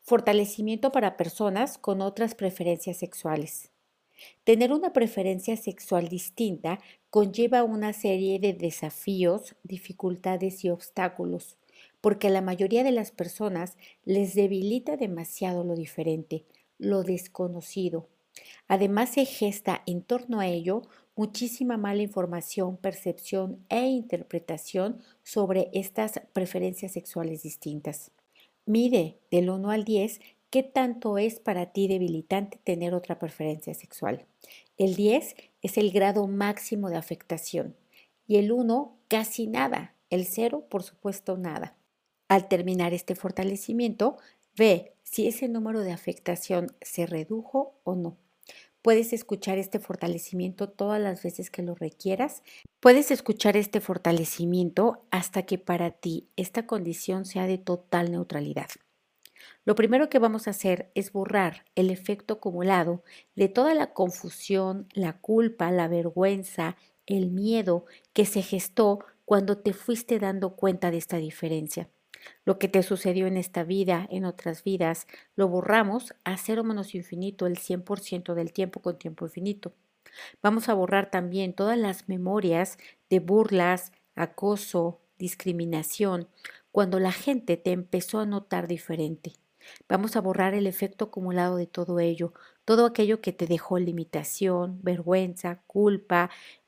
Fortalecimiento para personas con otras preferencias sexuales. Tener una preferencia sexual distinta conlleva una serie de desafíos, dificultades y obstáculos, porque a la mayoría de las personas les debilita demasiado lo diferente, lo desconocido. Además, se gesta en torno a ello muchísima mala información, percepción e interpretación sobre estas preferencias sexuales distintas. Mide del 1 al 10 qué tanto es para ti debilitante tener otra preferencia sexual. El 10 es el grado máximo de afectación y el 1 casi nada, el 0 por supuesto nada. Al terminar este fortalecimiento, ve si ese número de afectación se redujo o no. Puedes escuchar este fortalecimiento todas las veces que lo requieras. Puedes escuchar este fortalecimiento hasta que para ti esta condición sea de total neutralidad. Lo primero que vamos a hacer es borrar el efecto acumulado de toda la confusión, la culpa, la vergüenza, el miedo que se gestó cuando te fuiste dando cuenta de esta diferencia. Lo que te sucedió en esta vida, en otras vidas, lo borramos a cero menos infinito el 100% del tiempo con tiempo infinito. Vamos a borrar también todas las memorias de burlas, acoso, discriminación, cuando la gente te empezó a notar diferente. Vamos a borrar el efecto acumulado de todo ello, todo aquello que te dejó limitación, vergüenza, culpa,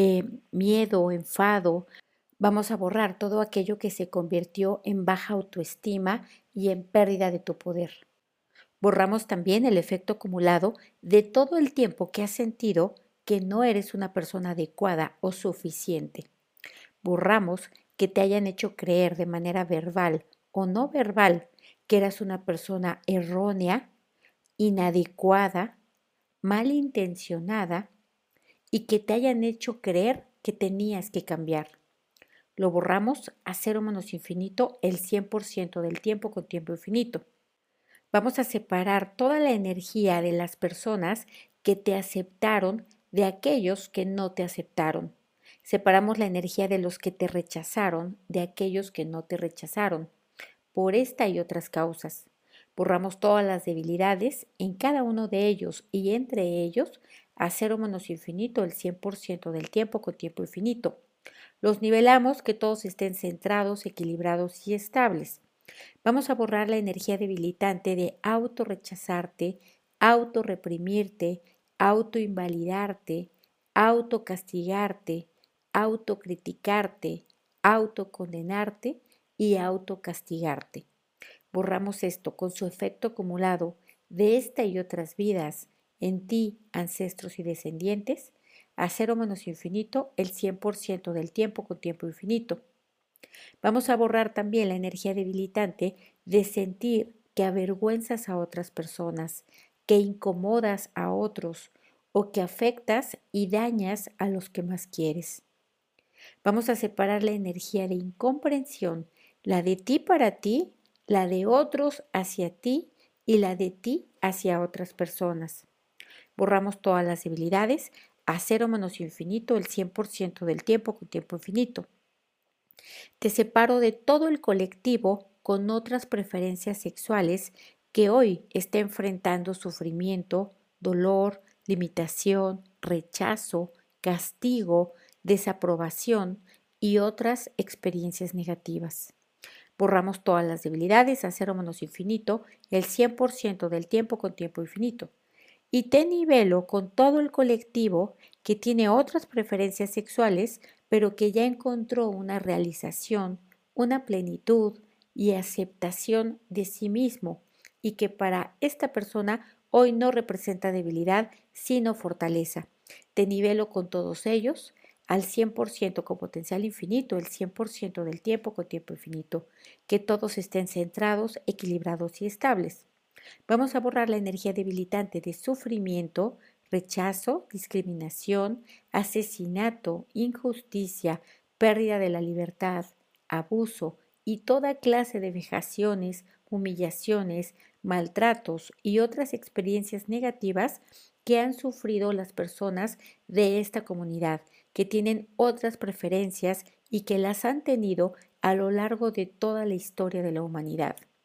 miedo, enfado. Vamos a borrar todo aquello que se convirtió en baja autoestima y en pérdida de tu poder. Borramos también el efecto acumulado de todo el tiempo que has sentido que no eres una persona adecuada o suficiente. Borramos que te hayan hecho creer de manera verbal o no verbal que eras una persona errónea, inadecuada, malintencionada y que te hayan hecho creer que tenías que cambiar. Lo borramos a cero menos infinito el 100% del tiempo con tiempo infinito. Vamos a separar toda la energía de las personas que te aceptaron de aquellos que no te aceptaron. Separamos la energía de los que te rechazaron de aquellos que no te rechazaron, por esta y otras causas. Borramos todas las debilidades en cada uno de ellos y entre ellos a cero menos infinito el 100% del tiempo con tiempo infinito. Los nivelamos que todos estén centrados, equilibrados y estables. Vamos a borrar la energía debilitante de autorrechazarte, autorreprimirte, autoinvalidarte, autocastigarte, autocriticarte, autocondenarte y autocastigarte. Borramos esto con su efecto acumulado de esta y otras vidas en ti, ancestros y descendientes, a cero menos infinito el 100% del tiempo con tiempo infinito. Vamos a borrar también la energía debilitante de sentir que avergüenzas a otras personas, que incomodas a otros o que afectas y dañas a los que más quieres. Vamos a separar la energía de incomprensión, la de ti para ti, la de otros hacia ti y la de ti hacia otras personas. Borramos todas las debilidades a cero menos infinito el 100% del tiempo con tiempo infinito. Te separo de todo el colectivo con otras preferencias sexuales que hoy está enfrentando sufrimiento, dolor, limitación, rechazo, castigo, desaprobación y otras experiencias negativas. Borramos todas las debilidades a cero menos infinito el 100% del tiempo con tiempo infinito. Y te nivelo con todo el colectivo que tiene otras preferencias sexuales, pero que ya encontró una realización, una plenitud y aceptación de sí mismo y que para esta persona hoy no representa debilidad, sino fortaleza. Te nivelo con todos ellos al 100% con potencial infinito, el 100% del tiempo con tiempo infinito, que todos estén centrados, equilibrados y estables. Vamos a borrar la energía debilitante de sufrimiento, rechazo, discriminación, asesinato, injusticia, pérdida de la libertad, abuso y toda clase de vejaciones, humillaciones, maltratos y otras experiencias negativas que han sufrido las personas de esta comunidad, que tienen otras preferencias y que las han tenido a lo largo de toda la historia de la humanidad.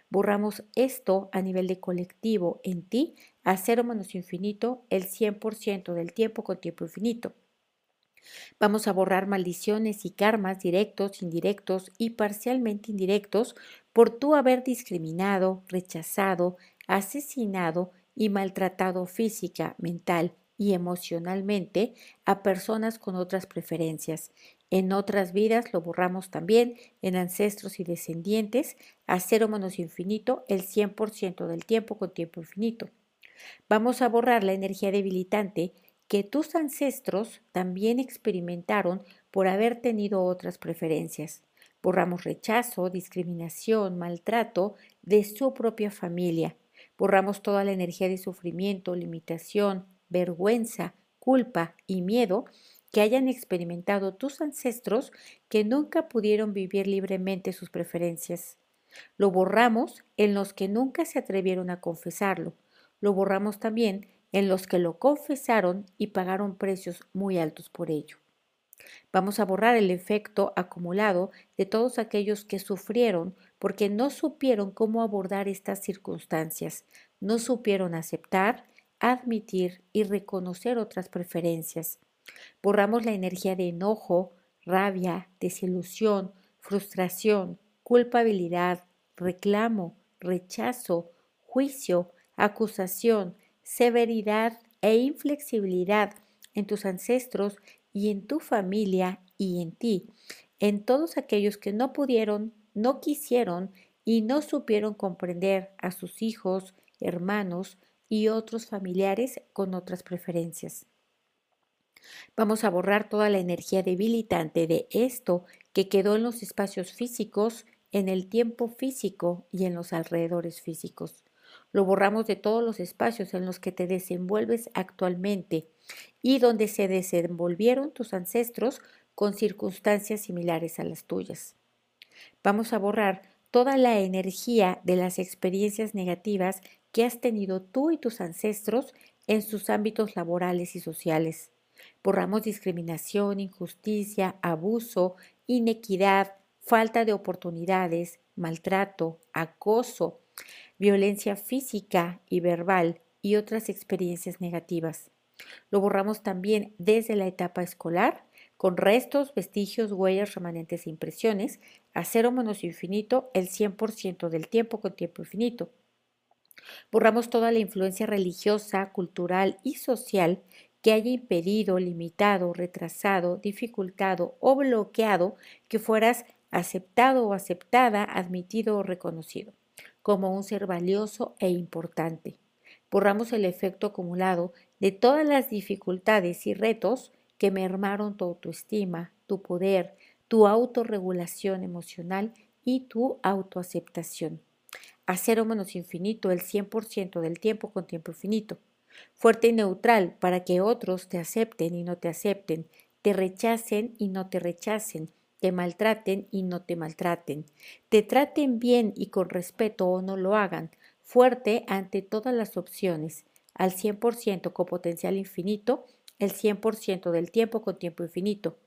Borramos esto a nivel de colectivo en ti a cero menos infinito el 100% del tiempo con tiempo infinito. Vamos a borrar maldiciones y karmas directos, indirectos y parcialmente indirectos por tú haber discriminado, rechazado, asesinado y maltratado física, mental y emocionalmente a personas con otras preferencias. En otras vidas lo borramos también en ancestros y descendientes a cero menos infinito el 100% del tiempo con tiempo infinito. Vamos a borrar la energía debilitante que tus ancestros también experimentaron por haber tenido otras preferencias. Borramos rechazo, discriminación, maltrato de su propia familia. Borramos toda la energía de sufrimiento, limitación, vergüenza, culpa y miedo que hayan experimentado tus ancestros que nunca pudieron vivir libremente sus preferencias. Lo borramos en los que nunca se atrevieron a confesarlo. Lo borramos también en los que lo confesaron y pagaron precios muy altos por ello. Vamos a borrar el efecto acumulado de todos aquellos que sufrieron porque no supieron cómo abordar estas circunstancias, no supieron aceptar, admitir y reconocer otras preferencias. Borramos la energía de enojo, rabia, desilusión, frustración, culpabilidad, reclamo, rechazo, juicio, acusación, severidad e inflexibilidad en tus ancestros y en tu familia y en ti, en todos aquellos que no pudieron, no quisieron y no supieron comprender a sus hijos, hermanos y otros familiares con otras preferencias. Vamos a borrar toda la energía debilitante de esto que quedó en los espacios físicos, en el tiempo físico y en los alrededores físicos. Lo borramos de todos los espacios en los que te desenvuelves actualmente y donde se desenvolvieron tus ancestros con circunstancias similares a las tuyas. Vamos a borrar toda la energía de las experiencias negativas que has tenido tú y tus ancestros en sus ámbitos laborales y sociales. Borramos discriminación, injusticia, abuso, inequidad, falta de oportunidades, maltrato, acoso, violencia física y verbal y otras experiencias negativas. Lo borramos también desde la etapa escolar, con restos, vestigios, huellas, remanentes e impresiones, a cero menos infinito el 100% del tiempo con tiempo infinito. Borramos toda la influencia religiosa, cultural y social que haya impedido, limitado, retrasado, dificultado o bloqueado que fueras aceptado o aceptada, admitido o reconocido como un ser valioso e importante. Borramos el efecto acumulado de todas las dificultades y retos que mermaron tu autoestima, tu poder, tu autorregulación emocional y tu autoaceptación a cero menos infinito el 100% del tiempo con tiempo infinito. Fuerte y neutral para que otros te acepten y no te acepten, te rechacen y no te rechacen, te maltraten y no te maltraten, te traten bien y con respeto o no lo hagan. Fuerte ante todas las opciones, al 100% con potencial infinito, el 100% del tiempo con tiempo infinito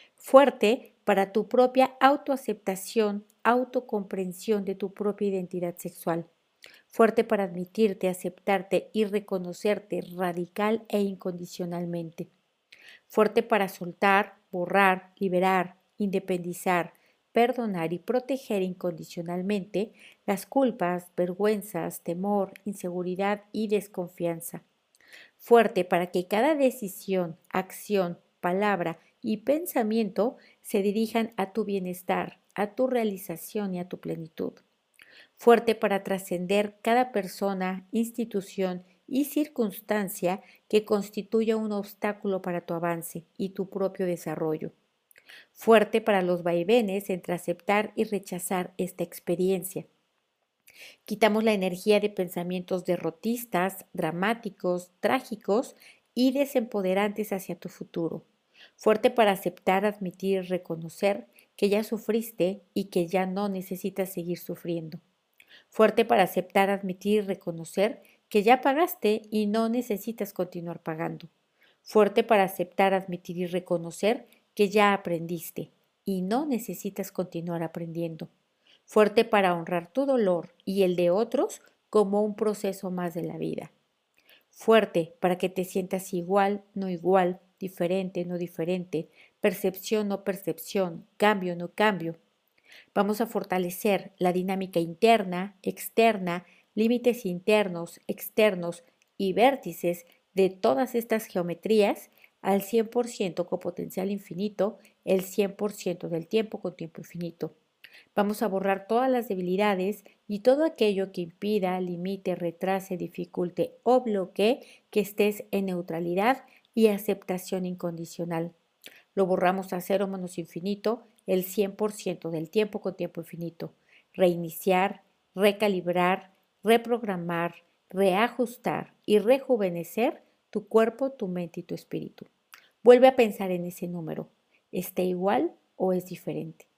fuerte para tu propia autoaceptación, autocomprensión de tu propia identidad sexual, fuerte para admitirte, aceptarte y reconocerte radical e incondicionalmente, fuerte para soltar, borrar, liberar, independizar, perdonar y proteger incondicionalmente las culpas, vergüenzas, temor, inseguridad y desconfianza fuerte para que cada decisión, acción, palabra y pensamiento se dirijan a tu bienestar, a tu realización y a tu plenitud. Fuerte para trascender cada persona, institución y circunstancia que constituya un obstáculo para tu avance y tu propio desarrollo. Fuerte para los vaivenes entre aceptar y rechazar esta experiencia. Quitamos la energía de pensamientos derrotistas, dramáticos, trágicos y desempoderantes hacia tu futuro. Fuerte para aceptar, admitir y reconocer que ya sufriste y que ya no necesitas seguir sufriendo. Fuerte para aceptar, admitir y reconocer que ya pagaste y no necesitas continuar pagando. Fuerte para aceptar, admitir y reconocer que ya aprendiste y no necesitas continuar aprendiendo Fuerte para honrar tu dolor y el de otros como un proceso más de la vida. Fuerte para que te sientas igual, no igual, diferente, no diferente, percepción, no percepción, cambio, no cambio. Vamos a fortalecer la dinámica interna, externa, límites internos, externos y vértices de todas estas geometrías al 100% con potencial infinito, el 100% del tiempo con tiempo infinito. Vamos a borrar todas las debilidades y todo aquello que impida, limite, retrase, dificulte o bloquee que estés en neutralidad y aceptación incondicional. Lo borramos a cero menos infinito el 100% del tiempo con tiempo infinito. Reiniciar, recalibrar, reprogramar, reajustar y rejuvenecer tu cuerpo, tu mente y tu espíritu. Vuelve a pensar en ese número. ¿Está igual o es diferente?